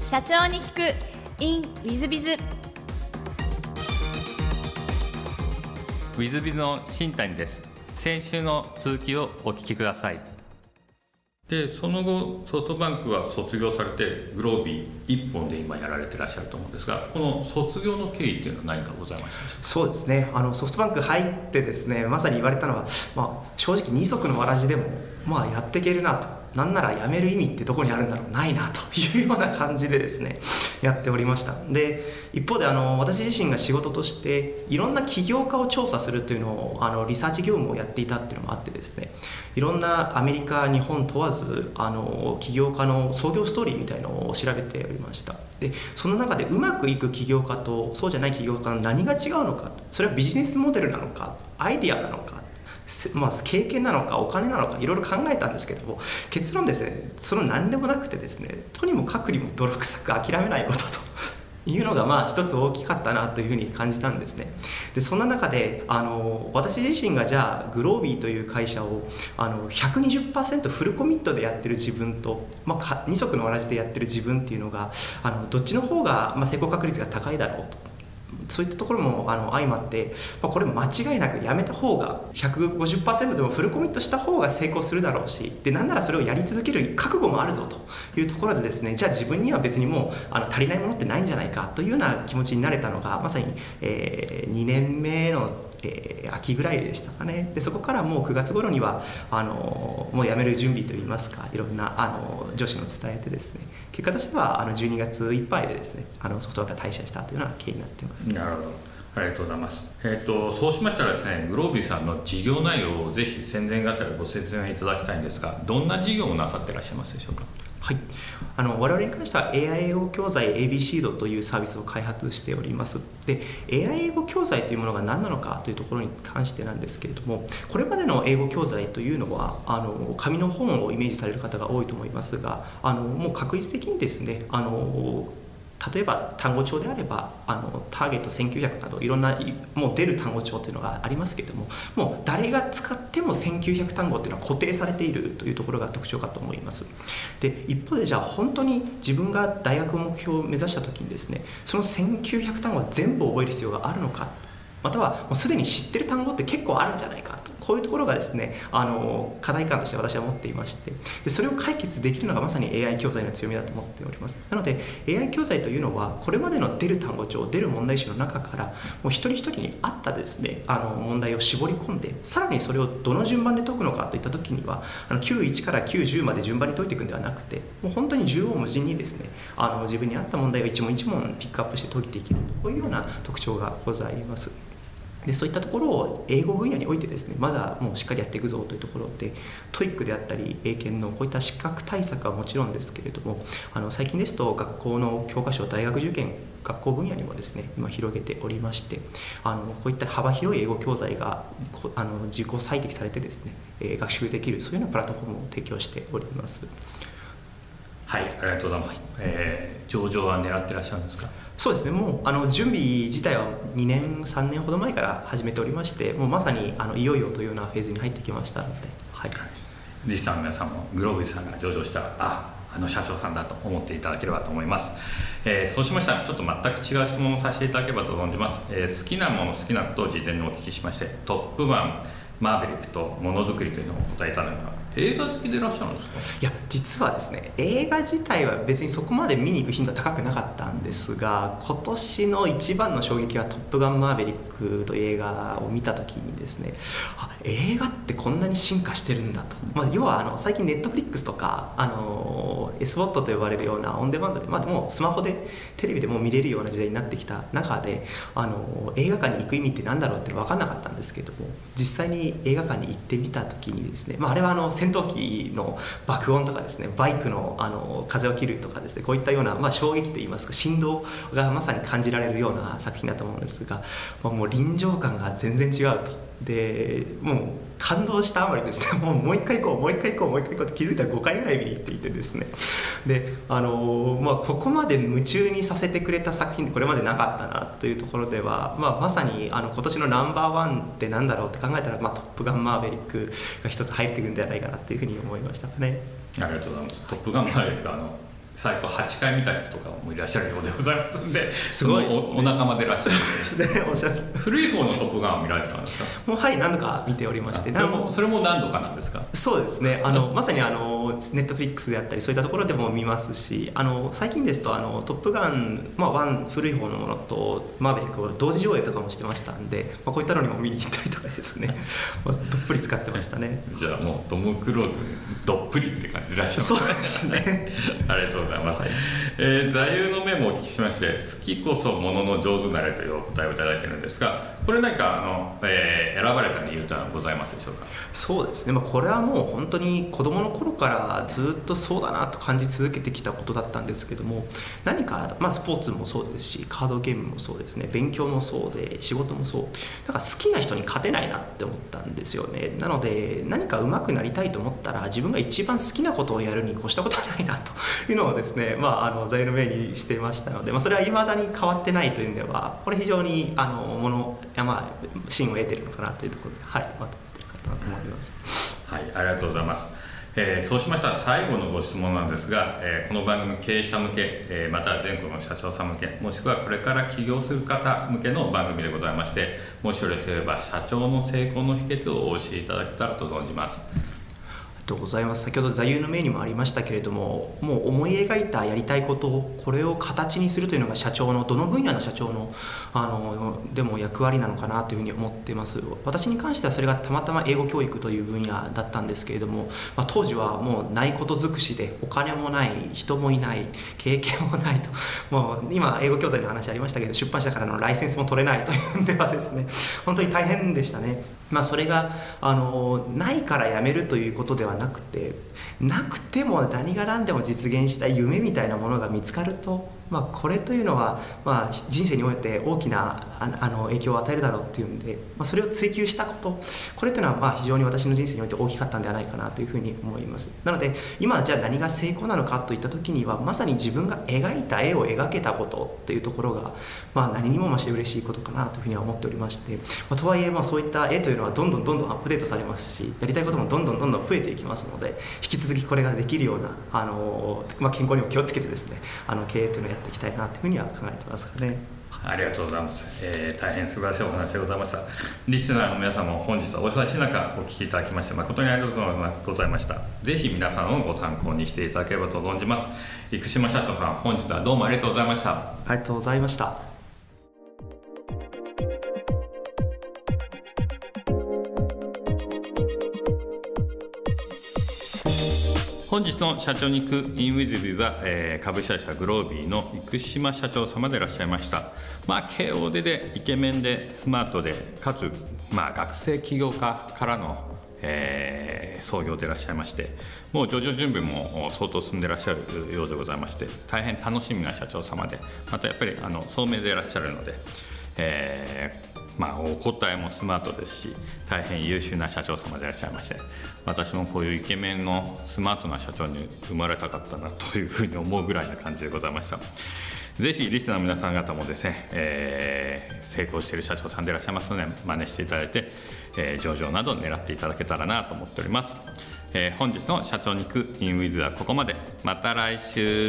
社長に聞く in ウィズビズ。 ウィズビズの新谷です。先週の続きをお聞きください。でその後ソフトバンクは卒業されてグロービー一本で今やられてらっしゃると思うんですが、この卒業の経緯っていうのは何かございましたでしょうか？ そうですね、ソフトバンク入ってですね、まさに言われたのは、正直二足のわらじでも、やっていけるなと、なんなら辞める意味ってどこにあるんだろう、ないなというような感じでですねやっておりました。で一方で私自身が仕事としていろんな起業家を調査するというのをリサーチ業務をやっていたっていうのもあってですね、いろんなアメリカ日本問わず起業家の創業ストーリーみたいなのを調べておりました。でその中でうまくいく起業家とそうじゃない起業家の何が違うのか、それはビジネスモデルなのか、アイディアなのか、経験なのかお金なのかいろいろ考えたんですけども、結論ですね、その何でもなくてですね、とにもかくにも泥臭く諦めないことというのが一つ大きかったなというふうに感じたんですね。でそんな中で私自身がじゃあグロービーという会社を120% フルコミットでやってる自分と、二足のわらじでやってる自分っていうのがどっちの方が成功確率が高いだろうと、そういったところも相まって、これ間違いなくやめた方が 150% でもフルコミットした方が成功するだろうし、でなんならそれをやり続ける覚悟もあるぞというところでですね、じゃあ自分には別にもう足りないものってないんじゃないかというような気持ちになれたのがまさに、2年目の秋ぐらいでしたかね。でそこからもう9月頃にはもう辞める準備といいますか、いろんな上司に伝えてですね、結果としては12月いっぱいでですねソフトバンクが退社したというような経緯になっています。 なるほど、ありがとうございます。そうしましたらですね、グロービーさんの事業内容をぜひ宣伝があったらご説明いただきたいんですが、どんな事業をなさっていらっしゃいますでしょうか？ はい、我々に関しては AI 英語教材 AB シードというサービスを開発しております。で AI 英語教材というものが何なのかというところに関してなんですけれども、これまでの英語教材というのは紙の本をイメージされる方が多いと思いますが、もう確実的にですね例えば単語帳であればターゲット1900などいろんなもう出る単語帳というのがありますけれども、もう誰が使っても1900単語というのは固定されているというところが特徴かと思います。で一方でじゃあ本当に自分が大学目標を目指した時にですね、その1900単語は全部覚える必要があるのか、またはもうすでに知ってる単語って結構あるんじゃないかと、こういうところがですね課題感として私は持っていまして、でそれを解決できるのがまさに AI 教材の強みだと思っております。なので AI 教材というのはこれまでの出る単語帳、出る問題集の中からもう一人一人に合ったですね問題を絞り込んで、さらにそれをどの順番で解くのかといった時には91から90まで順番に解いていくんではなくて、もう本当に縦横無尽にですね自分に合った問題を一問一問ピックアップして解いていける、こういうような特徴がございます。でそういったところを英語分野においてですね、まずはもうしっかりやっていくぞというところで、TOEIC であったり英検のこういった資格対策はもちろんですけれども、最近ですと学校の教科書、大学受験学校分野にもですね今広げておりまして、こういった幅広い英語教材が自己採適されてですね、学習できる、そういうようなプラットフォームを提供しております。 はい、ありがとうございます。上場は狙ってらっしゃるんですか？ そうですね、もう準備自体は2年3年ほど前から始めておりまして、もうまさにいよいよというようなフェーズに入ってきましたので、はい、 リスナーの皆さんもグロービーさんが上場したら社長さんだと思っていただければと思います。そうしましたらちょっと全く違う質問をさせていただければと存じます。好きなもの好きなことを事前にお聞きしまして、トップガン、マーヴェリックとものづくりというのを答えたのが、映画好きでいらっしゃるんですか？ いや実はですね、映画自体は別にそこまで見に行く頻度は高くなかったんですが、今年の一番の衝撃はトップガンマーヴェリックという映画を見た時にですね、映画ってこんなに進化してるんだと、要は最近ネットフリックスとかSWOT と呼ばれるようなオンデマンドで、もうスマホでテレビでも見れるような時代になってきた中で映画館に行く意味って何だろうって分からなかったんですけども、実際に映画館に行ってみた時にですね、あれは戦闘機の爆音とかですね、バイクの風を切るとかですね、こういったような、衝撃といいますか振動がまさに感じられるような作品だと思うんですが、もう臨場感が全然違うと。でもう感動したあまりですね、もう一回行こうもう一回行こうもう一回行こうって気づいたら5回ぐらい見に行っていてですね、でここまで夢中にさせてくれた作品ってこれまでなかったなというところでは、まさに今年のナンバーワンってなんだろうって考えたら、トップガンマーヴェリックが一つ入ってくるんじゃないかなというふうに思いましたね。 ありがとうございます。トップガンマーヴェリック最高8回見た人とかもいらっしゃるようでございますんで、 すごいですね、 お仲間でいらっしゃるんですね、おっしゃる古い方のトップガンを見られたんですか？ もうはい、何度か見ておりまして、 それも何度かなんですか？ そうですね、まさにネットフリックスであったりそういったところでも見ますし、最近ですとトップガン、1古い方のものとマーヴェリックを同時上映とかもしてましたんで、こういったのにも見に行ったりとかですねどっぷり使ってましたね。 じゃあもうトム・クルーズどっぷりって感じでいらっしゃいますね。 そうですねありがとうございます、はい。座右の銘もお聞きしまして、好きこそものの上手なれというお答えをいただいているんですが、これ何か選ばれた理由というのはございますでしょうか？ そうですね、これはもう本当に子どもの頃からずっとそうだなと感じ続けてきたことだったんですけども、何か、スポーツもそうですし、カードゲームもそうですね、勉強もそうで、仕事もそう、だから好きな人に勝てないなって思ったんですよね。なので何か上手くなりたいと思ったら自分が一番好きなことをやるに越したことはないなというのをですね、座右の銘にしてましたので、それは未だに変わってないという意味では、これ非常に芯を得ているのかなというところで、はい、まとめているかなと思います。 はい、ありがとうございます。そうしましたら最後のご質問なんですが、この番組経営者向け、また全国の社長さん向け、もしくはこれから起業する方向けの番組でございまして、もしよろしければ社長の成功の秘訣をお教えいただけたらと存じます。 ありがとうございます。先ほど座右の銘にもありましたけれども、もう思い描いたやりたいことをこれを形にするというのが社長のどの分野の社長のでも役割なのかなというふうに思っています。私に関してはそれがたまたま英語教育という分野だったんですけれども、当時はもうないこと尽くしで、お金もない、人もいない、経験もないと、もう今英語教材の話ありましたけど、出版社からのライセンスも取れないというんではですね、本当に大変でしたね。それがないからやめるということではなくて、なくても何が何でも実現したい夢みたいなものが見つかると、これというのは、人生において大きな影響を与えるだろうっていうんで、それを追求したこと、これというのは非常に私の人生において大きかったんではないかなというふうに思います。なので今じゃあ何が成功なのかといった時には、まさに自分が描いた絵を描けたことというところが、何にも増して嬉しいことかなというふうには思っておりまして、とはいえそういった絵というのはどんどんアップデートされますし、やりたいこともどんどん増えていきますので、引き続きこれができるような健康にも気をつけてですね、経営というのをやっていきたいなというふうには考えてますかね。 ありがとうございます。大変素晴らしいお話でございました。リスナーの皆さんも本日はお忙しい中お聞きいただきまして誠にありがとうございました。ぜひ皆さんをご参考にしていただければと存じます。生島社長さん、本日はどうもありがとうございました。 ありがとうございました。 本日の社長に行く InWith the 株式会社グロービーの生島社長様でいらっしゃいました。慶応でイケメンでスマートでかつ、学生起業家からの、創業でいらっしゃいまして、もう上場準備も相当進んでいらっしゃるようでございまして、大変楽しみな社長様で、またやっぱり聡明でいらっしゃるので、お答えもスマートですし、大変優秀な社長様でいらっしゃいまして、私もこういうイケメンのスマートな社長に生まれたかったなというふうに思うぐらいな感じでございました。ぜひリスナーの皆さん方もですね、成功している社長さんでいらっしゃいますので、真似していただいて、上場などを狙っていただけたらなと思っております。本日の社長に行く InWith はここまで。また来週。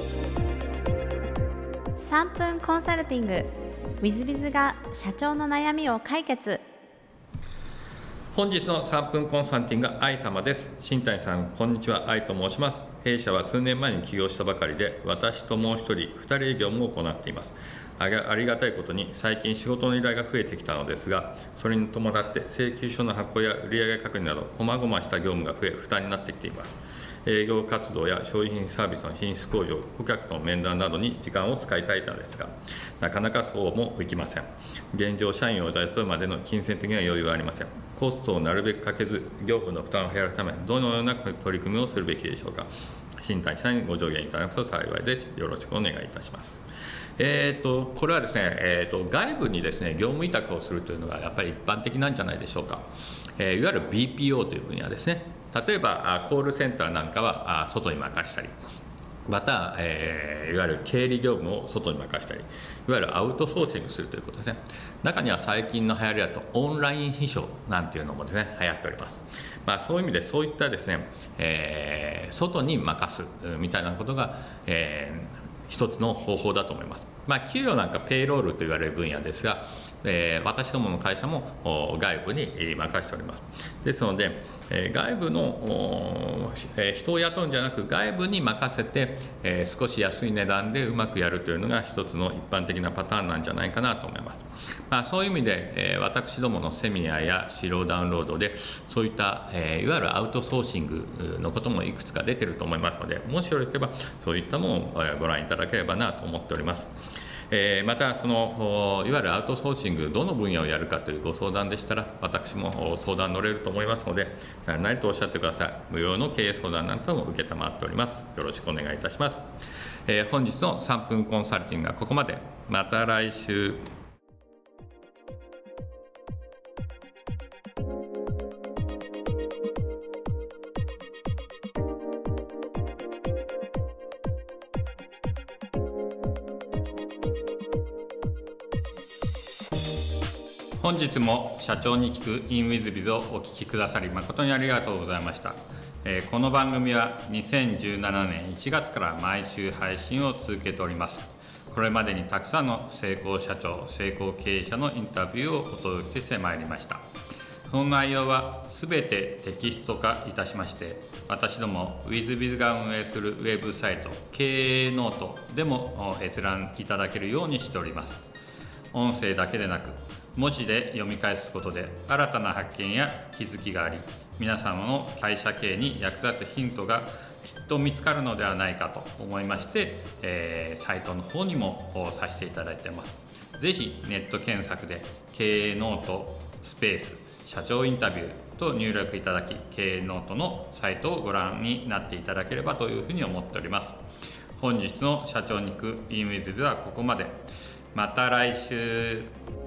3分コンサルティングWithBizが社長の悩みを解決。 本日の3分コンサルティングが愛様です。新谷さん、こんにちは。愛と申します。弊社は数年前に起業したばかりで、私ともう一人2人営業も行っています。ありがたいことに最近仕事の依頼が増えてきたのですが、それに伴って請求書の発行や売上確認など細々した業務が増え負担になってきています。営業活動や商品サービスの品質向上、顧客との面談などに時間を使いたいのですが、なかなかそうもいきません。現状、社員を雇うまでの金銭的な余裕はありません。コストをなるべくかけず、業務の負担を減らすため、どのような取り組みをするべきでしょうか。新谷さんにご助言いただくと幸いです。よろしくお願いいたします。これはですね、外部にですね、業務委託をするというのがやっぱり一般的なんじゃないでしょうか。いわゆる BPO という分野ですね。例えばコールセンターなんかは外に任したり、また、いわゆる経理業務を外に任したり、いわゆるアウトソーシングするということですね。中には最近の流行りだとオンライン秘書なんていうのもですね、流行っております。 そういう意味でそういったですね、外に任すみたいなことが、一つの方法だと思います。給与なんかペイロールと言われる分野ですが、私どもの会社も外部に任せております。ですので、外部の人を雇うんじゃなく外部に任せて、少し安い値段でうまくやるというのが一つの一般的なパターンなんじゃないかなと思います。そういう意味で、私どものセミナーや資料ダウンロードでそういった、いわゆるアウトソーシングのこともいくつか出てると思いますので、もしよろしければそういったのをご覧いただければなと思っております。またいわゆるアウトソーシングどの分野をやるかというご相談でしたら私も相談乗れると思いますので何とおっしゃってください。無料の経営相談なんかも承っております。よろしくお願いいたします。本日の3分コンサルティングはここまで。また来週。本日も社長に聞く InWithBiz をお聞きくださり誠にありがとうございました。この番組は2017年1月から毎週配信を続けております。これまでにたくさんの成功社長、成功経営者のインタビューをお届けしてまいりました。その内容はすべてテキスト化いたしまして、私ども WithBiz が運営するウェブサイト経営ノートでも閲覧いただけるようにしております。音声だけでなく文字で読み返すことで新たな発見や気づきがあり、皆様の会社経営に役立つヒントがきっと見つかるのではないかと思いまして、サイトの方にもさせていただいています。ぜひネット検索で経営ノートスペース社長インタビューと入力いただき、経営ノートのサイトをご覧になっていただければというふうに思っております。本日の社長に行く InWithBiz はここまで。また来週。